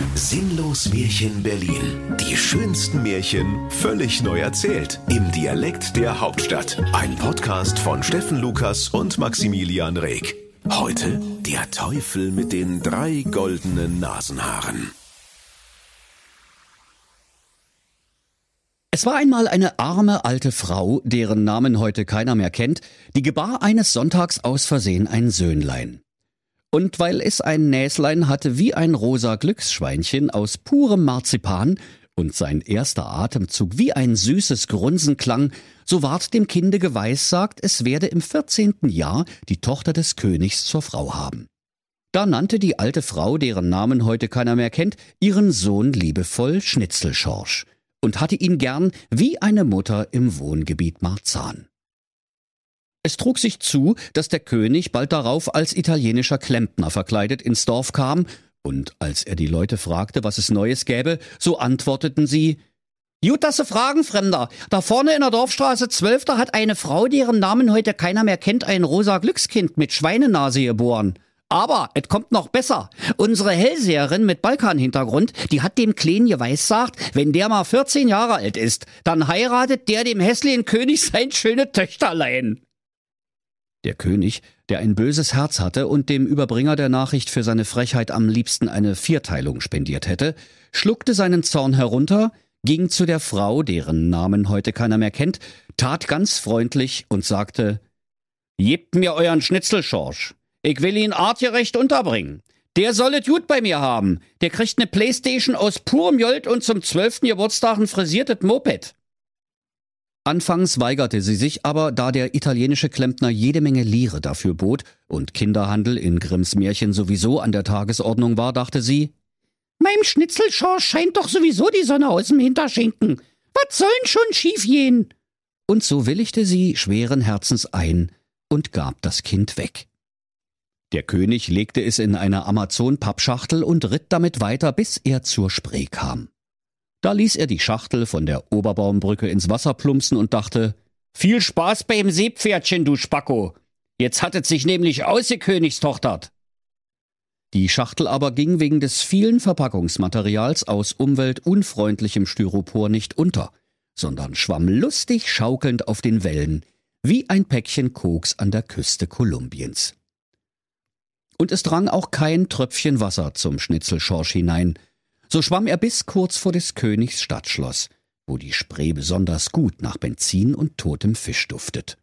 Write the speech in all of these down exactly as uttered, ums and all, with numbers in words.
Sinnlos Märchen Berlin. Die schönsten Märchen völlig neu erzählt. Im Dialekt der Hauptstadt. Ein Podcast von Steffen Lukas und Maximilian Reg. Heute der Teufel mit den drei goldenen Nasenhaaren. Es war einmal eine arme alte Frau, deren Namen heute keiner mehr kennt, die gebar eines Sonntags aus Versehen ein Söhnlein. Und weil es ein Näslein hatte wie ein rosa Glücksschweinchen aus purem Marzipan und sein erster Atemzug wie ein süßes Grunzen klang, so ward dem Kinde geweissagt, es werde im vierzehnten Jahr die Tochter des Königs zur Frau haben. Da nannte die alte Frau, deren Namen heute keiner mehr kennt, ihren Sohn liebevoll Schnitzelschorsch und hatte ihn gern wie eine Mutter im Wohngebiet Marzahn. Es trug sich zu, dass der König bald darauf als italienischer Klempner verkleidet ins Dorf kam, und als er die Leute fragte, was es Neues gäbe, so antworteten sie: »Gut, dass Sie fragen, Fremder. Da vorne in der Dorfstraße zwölf, da hat eine Frau, deren Namen heute keiner mehr kennt, ein rosa Glückskind mit Schweinenase geboren. Aber es kommt noch besser. Unsere Hellseherin mit Balkanhintergrund, die hat dem Kleinen geweissagt, wenn der mal vierzehn Jahre alt ist, dann heiratet der dem hässlichen König sein schöne Töchterlein.« Der König, der ein böses Herz hatte und dem Überbringer der Nachricht für seine Frechheit am liebsten eine Vierteilung spendiert hätte, schluckte seinen Zorn herunter, ging zu der Frau, deren Namen heute keiner mehr kennt, tat ganz freundlich und sagte: »Gebt mir euren Schnitzelschorsch. Ich will ihn artgerecht unterbringen. Der soll es gut bei mir haben. Der kriegt eine Playstation aus purem Jolt und zum zwölften Geburtstag ein frisiertes Moped.« Anfangs weigerte sie sich, aber da der italienische Klempner jede Menge Lire dafür bot und Kinderhandel in Grimms Märchen sowieso an der Tagesordnung war, dachte sie: »Meinem Schnitzelschorsch scheint doch sowieso die Sonne aus dem Hinterschinken. Was soll denn schon schief gehen?« Und so willigte sie schweren Herzens ein und gab das Kind weg. Der König legte es in eine Amazon-Pappschachtel und ritt damit weiter, bis er zur Spree kam. Da ließ er die Schachtel von der Oberbaumbrücke ins Wasser plumpsen und dachte: »Viel Spaß beim Seepferdchen, du Spacko. Jetzt hat es sich nämlich ausgekönigstochtert.« Die Schachtel aber ging wegen des vielen Verpackungsmaterials aus umweltunfreundlichem Styropor nicht unter, sondern schwamm lustig schaukelnd auf den Wellen, wie ein Päckchen Koks an der Küste Kolumbiens. Und es drang auch kein Tröpfchen Wasser zum Schnitzelschorsch hinein. So schwamm er bis kurz vor des Königs Stadtschloss, wo die Spree besonders gut nach Benzin und totem Fisch duftet.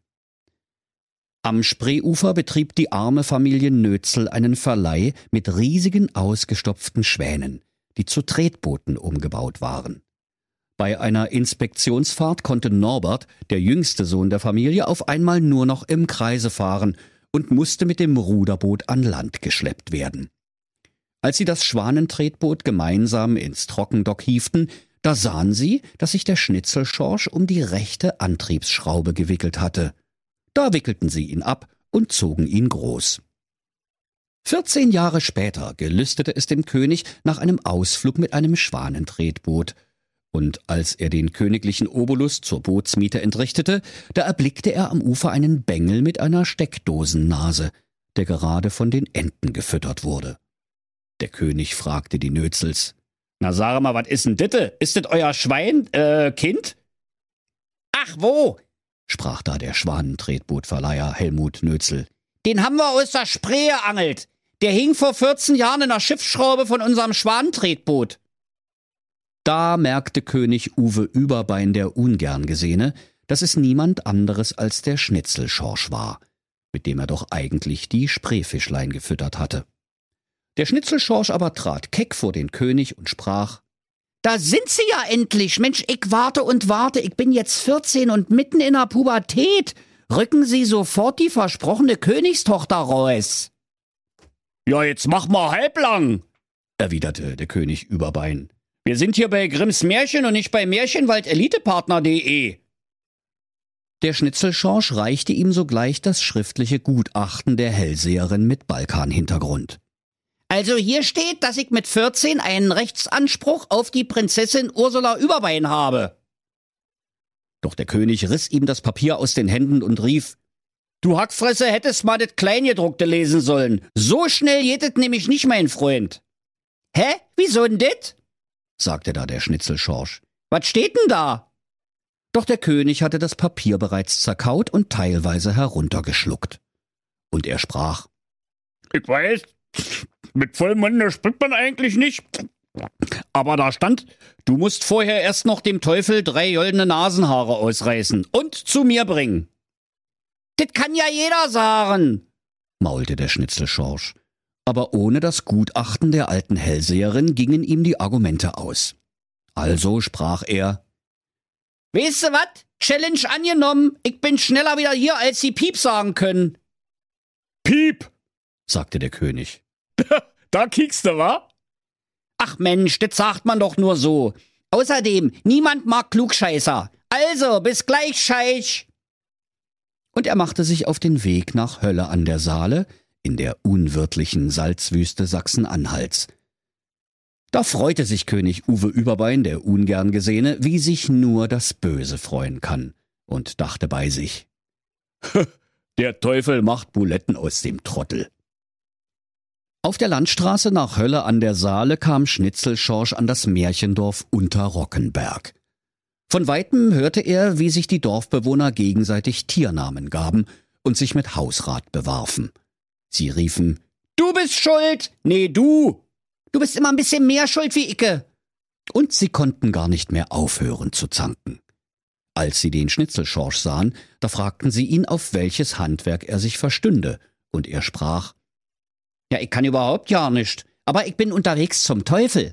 Am Spreeufer betrieb die arme Familie Nötzel einen Verleih mit riesigen ausgestopften Schwänen, die zu Tretbooten umgebaut waren. Bei einer Inspektionsfahrt konnte Norbert, der jüngste Sohn der Familie, auf einmal nur noch im Kreise fahren und musste mit dem Ruderboot an Land geschleppt werden. Als sie das Schwanentretboot gemeinsam ins Trockendock hieften, da sahen sie, dass sich der Schnitzelschorsch um die rechte Antriebsschraube gewickelt hatte. Da wickelten sie ihn ab und zogen ihn groß. Vierzehn Jahre später gelüstete es dem König nach einem Ausflug mit einem Schwanentretboot. Und als er den königlichen Obolus zur Bootsmiete entrichtete, da erblickte er am Ufer einen Bengel mit einer Steckdosennase, der gerade von den Enten gefüttert wurde. Der König fragte die Nötzels: »Na, sag mal, was ist denn ditte? Ist das euer Schwein, äh, Kind?« »Ach, wo?« sprach da der Schwanentretbootverleiher Helmut Nötzel. »Den haben wir aus der Spree geangelt. Der hing vor vierzehn Jahren in der Schiffsschraube von unserem Schwanentretboot.« Da merkte König Uwe Überbein der Ungerngesehene, dass es niemand anderes als der Schnitzelschorsch war, mit dem er doch eigentlich die Spreefischlein gefüttert hatte. Der Schnitzelschorsch aber trat keck vor den König und sprach: »Da sind Sie ja endlich! Mensch, ich warte und warte, ich bin jetzt vierzehn und mitten in der Pubertät. Rücken Sie sofort die versprochene Königstochter raus!« »Ja, jetzt mach mal halblang«, erwiderte der König Überbein. »Wir sind hier bei Grimms Märchen und nicht bei Märchenwald-Elitepartner punkt de.« Der Schnitzelschorsch reichte ihm sogleich das schriftliche Gutachten der Hellseherin mit Balkanhintergrund. Also hier steht, dass ich mit vierzehn einen Rechtsanspruch auf die Prinzessin Ursula Überbein habe. Doch der König riss ihm das Papier aus den Händen und rief: »Du Hackfresse, hättest mal das Kleingedruckte lesen sollen. So schnell geht es nämlich nicht, mein Freund.« Hä? Wieso denn dit? sagte da der Schnitzelschorsch. Was steht denn da? Doch der König hatte das Papier bereits zerkaut und teilweise heruntergeschluckt. Und er sprach: Ich weiß, mit vollem Munde spricht man eigentlich nicht. Aber da stand, du musst vorher erst noch dem Teufel drei goldene Nasenhaare ausreißen und zu mir bringen. Das kann ja jeder sagen, maulte der Schnitzelschorsch. Aber ohne das Gutachten der alten Hellseherin gingen ihm die Argumente aus. Also sprach er: Weißt du wat? Challenge angenommen. Ich bin schneller wieder hier, als Sie Piep sagen können. Piep, sagte der König. Da kiekst du, wa? Ach Mensch, das sagt man doch nur so. Außerdem, niemand mag Klugscheißer. Also, bis gleich, Scheich. Und er machte sich auf den Weg nach Hölle an der Saale, in der unwirtlichen Salzwüste Sachsen-Anhalts. Da freute sich König Uwe Überbein, der ungern Gesehene, wie sich nur das Böse freuen kann, und dachte bei sich: Der Teufel macht Buletten aus dem Trottel. Auf der Landstraße nach Hölle an der Saale kam Schnitzelschorsch an das Märchendorf Unterrockenberg. Von weitem hörte er, wie sich die Dorfbewohner gegenseitig Tiernamen gaben und sich mit Hausrat bewarfen. Sie riefen: Du bist schuld! Nee, du! Du bist immer ein bisschen mehr schuld wie Icke! Und sie konnten gar nicht mehr aufhören zu zanken. Als sie den Schnitzelschorsch sahen, da fragten sie ihn, auf welches Handwerk er sich verstünde, und er sprach: Ja, ich kann überhaupt ja nicht, aber ich bin unterwegs zum Teufel.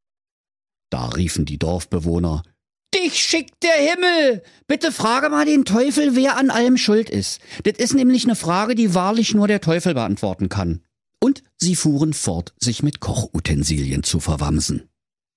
Da riefen die Dorfbewohner: Dich schickt der Himmel! Bitte frage mal den Teufel, wer an allem schuld ist. Das ist nämlich eine Frage, die wahrlich nur der Teufel beantworten kann. Und sie fuhren fort, sich mit Kochutensilien zu verwamsen.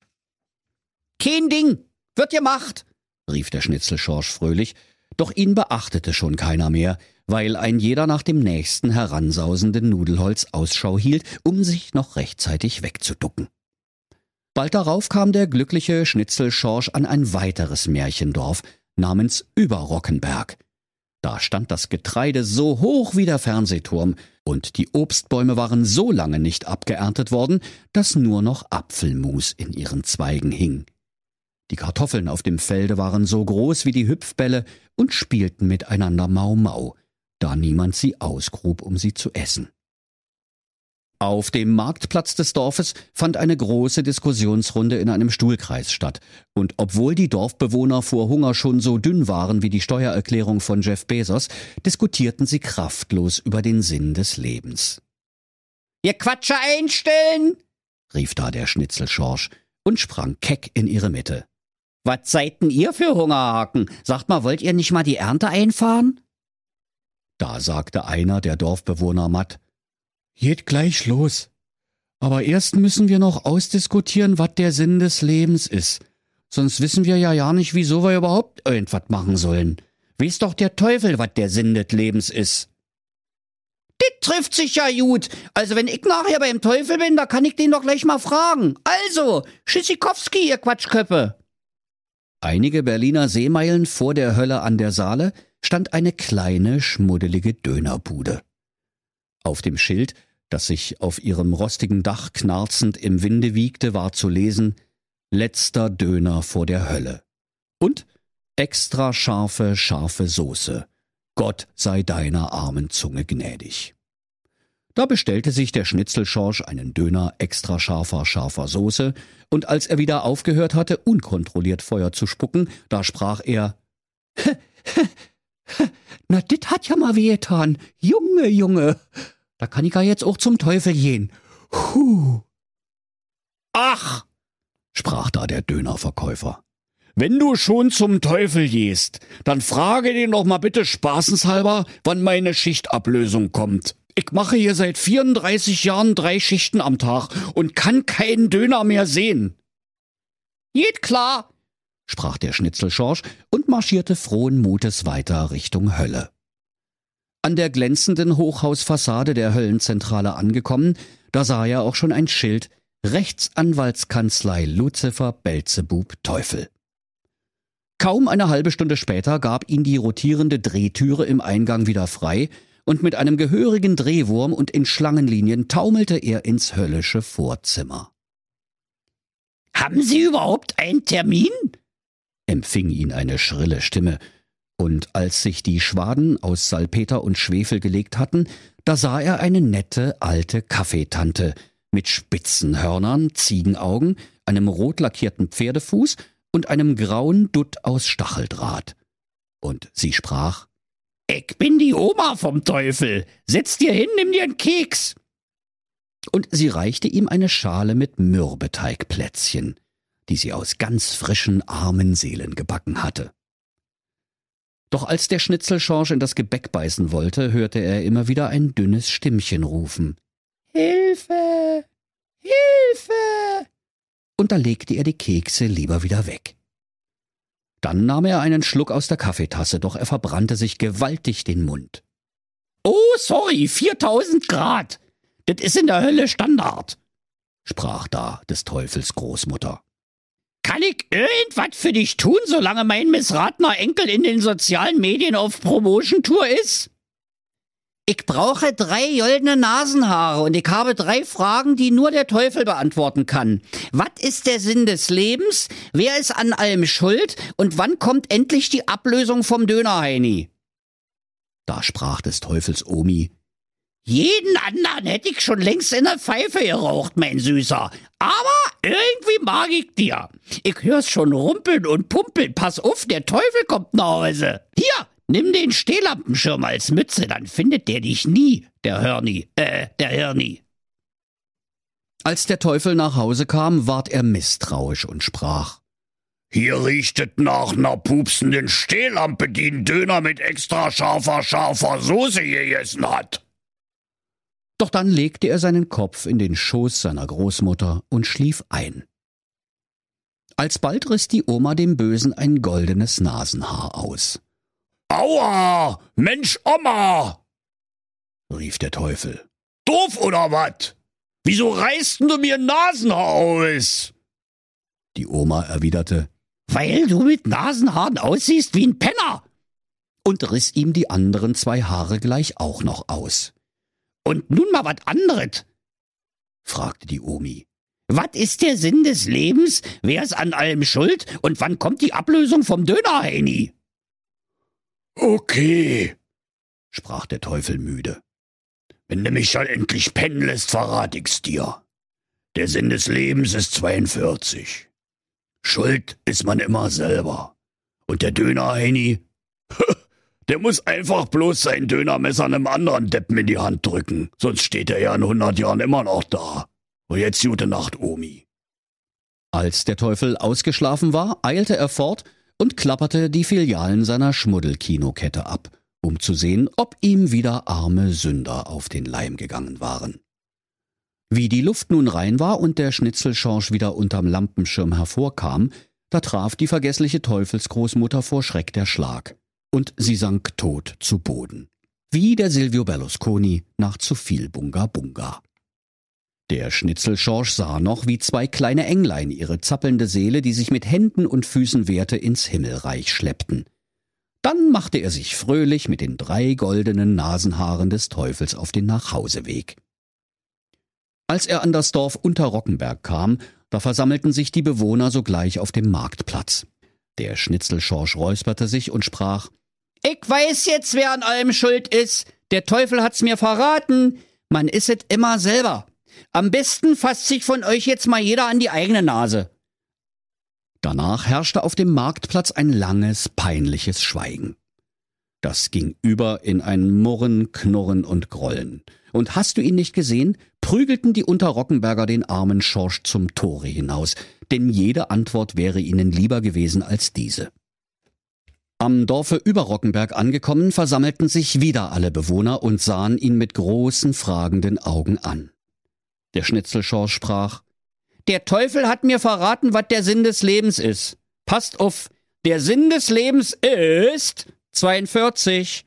Kein Ding, wird gemacht, rief der Schnitzelschorsch fröhlich, doch ihn beachtete schon keiner mehr, weil ein jeder nach dem nächsten heransausenden Nudelholz Ausschau hielt, um sich noch rechtzeitig wegzuducken. Bald darauf kam der glückliche Schnitzelschorsch an ein weiteres Märchendorf namens Überrockenberg. Da stand das Getreide so hoch wie der Fernsehturm und die Obstbäume waren so lange nicht abgeerntet worden, dass nur noch Apfelmus in ihren Zweigen hing. Die Kartoffeln auf dem Felde waren so groß wie die Hüpfbälle und spielten miteinander Mau Mau, da niemand sie ausgrub, um sie zu essen. Auf dem Marktplatz des Dorfes fand eine große Diskussionsrunde in einem Stuhlkreis statt, und obwohl die Dorfbewohner vor Hunger schon so dünn waren wie die Steuererklärung von Jeff Bezos, diskutierten sie kraftlos über den Sinn des Lebens. »Ihr Quatsche einstellen«, rief da der Schnitzelschorsch und sprang keck in ihre Mitte. »Was seid denn ihr für Hungerhaken? Sagt mal, wollt ihr nicht mal die Ernte einfahren?« Da sagte einer der Dorfbewohner matt: »Geht gleich los. Aber erst müssen wir noch ausdiskutieren, was der Sinn des Lebens ist. Sonst wissen wir ja ja nicht, wieso wir überhaupt irgendwas machen sollen. Weiß doch der Teufel, was der Sinn des Lebens ist.« Das trifft sich ja gut. Also wenn ich nachher beim Teufel bin, da kann ich den doch gleich mal fragen. Also, Tschüssikowski, ihr Quatschköppe. Einige Berliner Seemeilen vor der Hölle an der Saale stand eine kleine, schmuddelige Dönerbude. Auf dem Schild, das sich auf ihrem rostigen Dach knarzend im Winde wiegte, war zu lesen: »Letzter Döner vor der Hölle« und »Extra scharfe, scharfe Soße. Gott sei deiner armen Zunge gnädig.« Da bestellte sich der Schnitzelschorsch einen Döner extra scharfer, scharfer Soße, und als er wieder aufgehört hatte, unkontrolliert Feuer zu spucken, da sprach er: »Na, dit hat ja mal wehgetan. Junge, Junge, da kann ich ja jetzt auch zum Teufel gehen. Huh.« »Ach«, sprach da der Dönerverkäufer, »wenn du schon zum Teufel gehst, dann frage den doch mal bitte spaßenshalber, wann meine Schichtablösung kommt. Ich mache hier seit vierunddreißig Jahren drei Schichten am Tag und kann keinen Döner mehr sehen.« »Geht klar«, sprach der Schnitzelschorsch und marschierte frohen Mutes weiter Richtung Hölle. An der glänzenden Hochhausfassade der Höllenzentrale angekommen, da sah er auch schon ein Schild: Rechtsanwaltskanzlei Luzifer Belzebub Teufel. Kaum eine halbe Stunde später gab ihn die rotierende Drehtüre im Eingang wieder frei, und mit einem gehörigen Drehwurm und in Schlangenlinien taumelte er ins höllische Vorzimmer. Haben Sie überhaupt einen Termin? Empfing ihn eine schrille Stimme, und als sich die Schwaden aus Salpeter und Schwefel gelegt hatten, da sah er eine nette alte Kaffeetante mit spitzen Hörnern, Ziegenaugen, einem rot lackierten Pferdefuß und einem grauen Dutt aus Stacheldraht. Und sie sprach: Ich bin die Oma vom Teufel. Setz dir hin, nimm dir einen Keks. Und sie reichte ihm eine Schale mit Mürbeteigplätzchen, die sie aus ganz frischen, armen Seelen gebacken hatte. Doch als der Schnitzelschorsch in das Gebäck beißen wollte, hörte er immer wieder ein dünnes Stimmchen rufen: »Hilfe! Hilfe!« Und da legte er die Kekse lieber wieder weg. Dann nahm er einen Schluck aus der Kaffeetasse, doch er verbrannte sich gewaltig den Mund. »Oh, sorry, viertausend Grad. Das ist in der Hölle Standard«, sprach da des Teufels Großmutter. »Kann ich irgendwas für dich tun, solange mein missratener Enkel in den sozialen Medien auf Promotion-Tour ist?« »Ich brauche drei goldene Nasenhaare und ich habe drei Fragen, die nur der Teufel beantworten kann. Was ist der Sinn des Lebens? Wer ist an allem schuld? Und wann kommt endlich die Ablösung vom Dönerheini?« Da sprach des Teufels Omi: »Jeden anderen hätte ich schon längst in der Pfeife geraucht, mein Süßer. Aber irgendwie mag ich dir. Ich hör's schon rumpeln und pumpeln. Pass auf, der Teufel kommt nach Hause. Hier, nimm den Stehlampenschirm als Mütze, dann findet der dich nie, der Hörni, äh, der Hirni.« Als der Teufel nach Hause kam, ward er misstrauisch und sprach: »Hier riecht es nach ner pupsenden Stehlampe, die einen Döner mit extra scharfer, scharfer Soße gegessen hat.« Doch dann legte er seinen Kopf in den Schoß seiner Großmutter und schlief ein. Alsbald riss die Oma dem Bösen ein goldenes Nasenhaar aus. »Aua! Mensch, Oma!« rief der Teufel. »Doof oder wat? Wieso reißt du mir ein Nasenhaar aus?« Die Oma erwiderte: »Weil du mit Nasenhaaren aussiehst wie ein Penner.« und riss ihm die anderen zwei Haare gleich auch noch aus. »Und nun mal was anderes«, fragte die Omi. »Was ist der Sinn des Lebens? Wer ist an allem schuld? Und wann kommt die Ablösung vom Dönerheini?« »Okay«, sprach der Teufel müde. »Wenn du mich dann endlich pennen lässt, verrat ich's dir. Der Sinn des Lebens ist zweiundvierzig. Schuld ist man immer selber. Und der Dönerheini, der muss einfach bloß sein Dönermesser einem anderen Deppen in die Hand drücken. Sonst steht er ja in hundert Jahren immer noch da. Und jetzt gute Nacht, Omi.« Als der Teufel ausgeschlafen war, eilte er fort und klapperte die Filialen seiner Schmuddelkinokette ab, um zu sehen, ob ihm wieder arme Sünder auf den Leim gegangen waren. Wie die Luft nun rein war und der Schnitzelschorsch wieder unterm Lampenschirm hervorkam, da traf die vergessliche Teufelsgroßmutter vor Schreck der Schlag, und sie sank tot zu Boden, wie der Silvio Berlusconi nach zu viel Bunga Bunga. Der Schnitzelschorsch sah noch, wie zwei kleine Englein ihre zappelnde Seele, die sich mit Händen und Füßen wehrte, ins Himmelreich schleppten. Dann machte er sich fröhlich mit den drei goldenen Nasenhaaren des Teufels auf den Nachhauseweg. Als er an das Dorf Unterrockenberg kam, da versammelten sich die Bewohner sogleich auf dem Marktplatz. Der Schnitzelschorsch räusperte sich und sprach: »Ich weiß jetzt, wer an allem schuld ist. Der Teufel hat's mir verraten. Man ist es immer selber. Am besten fasst sich von euch jetzt mal jeder an die eigene Nase.« Danach herrschte auf dem Marktplatz ein langes, peinliches Schweigen. Das ging über in ein Murren, Knurren und Grollen. Und hast du ihn nicht gesehen, prügelten die Unterrockenberger den armen Schorsch zum Tore hinaus, denn jede Antwort wäre ihnen lieber gewesen als diese. Am Dorfe Überrockenberg angekommen, versammelten sich wieder alle Bewohner und sahen ihn mit großen, fragenden Augen an. Der Schnitzelschorsch sprach: »Der Teufel hat mir verraten, was der Sinn des Lebens ist. Passt auf, der Sinn des Lebens ist zweiundvierzig.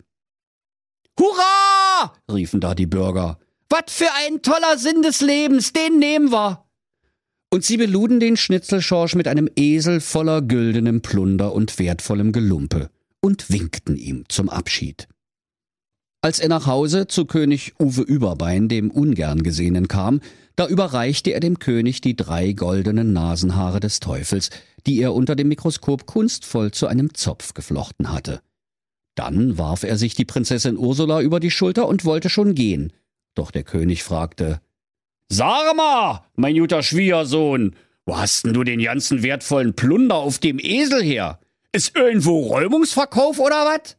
»Hurra!« riefen da die Bürger. »Was für ein toller Sinn des Lebens, den nehmen wir!« Und sie beluden den Schnitzelschorsch mit einem Esel voller güldenem Plunder und wertvollem Gelumpe und winkten ihm zum Abschied. Als er nach Hause zu König Uwe Überbein, dem ungern Gesehenen, kam, da überreichte er dem König die drei goldenen Nasenhaare des Teufels, die er unter dem Mikroskop kunstvoll zu einem Zopf geflochten hatte. Dann warf er sich die Prinzessin Ursula über die Schulter und wollte schon gehen. Doch der König fragte: »Sag mal, mein guter Schwiegersohn, wo hast denn du den ganzen wertvollen Plunder auf dem Esel her? Ist irgendwo Räumungsverkauf oder was?«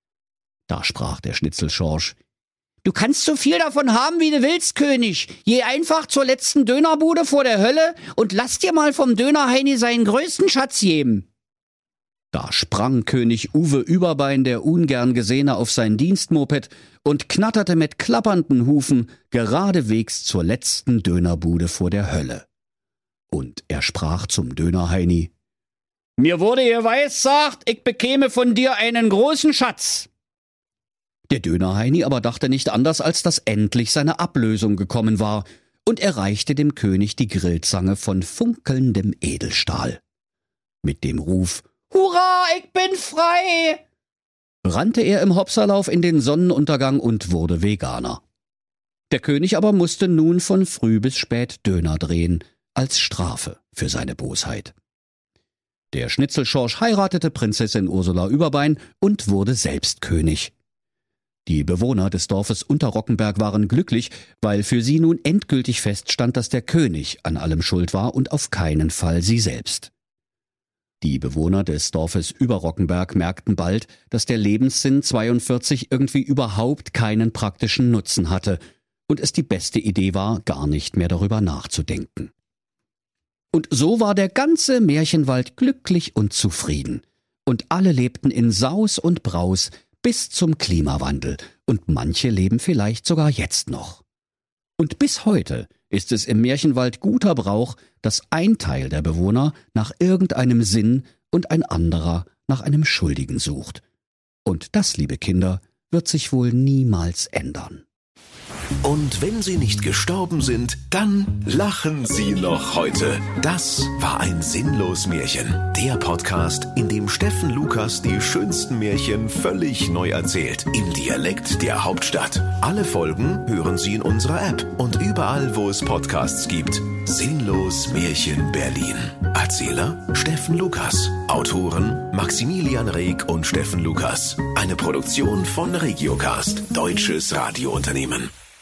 Da sprach der Schnitzelschorsch: »Du kannst so viel davon haben, wie du willst, König. Geh einfach zur letzten Dönerbude vor der Hölle und lass dir mal vom Dönerheini seinen größten Schatz geben.« Da sprang König Uwe Überbein, der ungern Gesehene, auf sein Dienstmoped und knatterte mit klappernden Hufen geradewegs zur letzten Dönerbude vor der Hölle. Und er sprach zum Dönerheini: »Mir wurde geweissagt, ich bekäme von dir einen großen Schatz.« Der Dönerheini aber dachte nicht anders, als dass endlich seine Ablösung gekommen war, und er reichte dem König die Grillzange von funkelndem Edelstahl. Mit dem Ruf »Hurra, ich bin frei!« rannte er im Hopserlauf in den Sonnenuntergang und wurde Veganer. Der König aber musste nun von früh bis spät Döner drehen, als Strafe für seine Bosheit. Der Schnitzelschorsch heiratete Prinzessin Ursula Überbein und wurde selbst König. Die Bewohner des Dorfes Unterrockenberg waren glücklich, weil für sie nun endgültig feststand, dass der König an allem schuld war und auf keinen Fall sie selbst. Die Bewohner des Dorfes Überrockenberg merkten bald, dass der Lebenssinn zweiundvierzig irgendwie überhaupt keinen praktischen Nutzen hatte und es die beste Idee war, gar nicht mehr darüber nachzudenken. Und so war der ganze Märchenwald glücklich und zufrieden, und alle lebten in Saus und Braus bis zum Klimawandel, und manche leben vielleicht sogar jetzt noch. Und bis heute ist es im Märchenwald guter Brauch, dass ein Teil der Bewohner nach irgendeinem Sinn und ein anderer nach einem Schuldigen sucht. Und das, liebe Kinder, wird sich wohl niemals ändern. Und wenn sie nicht gestorben sind, dann lachen sie noch heute. Das war ein Sinnlos-Märchen. Der Podcast, in dem Steffen Lukas die schönsten Märchen völlig neu erzählt. Im Dialekt der Hauptstadt. Alle Folgen hören Sie in unserer App und überall, wo es Podcasts gibt. Sinnlos-Märchen Berlin. Erzähler Steffen Lukas. Autoren Maximilian Reg und Steffen Lukas. Eine Produktion von Regiocast, deutsches Radiounternehmen.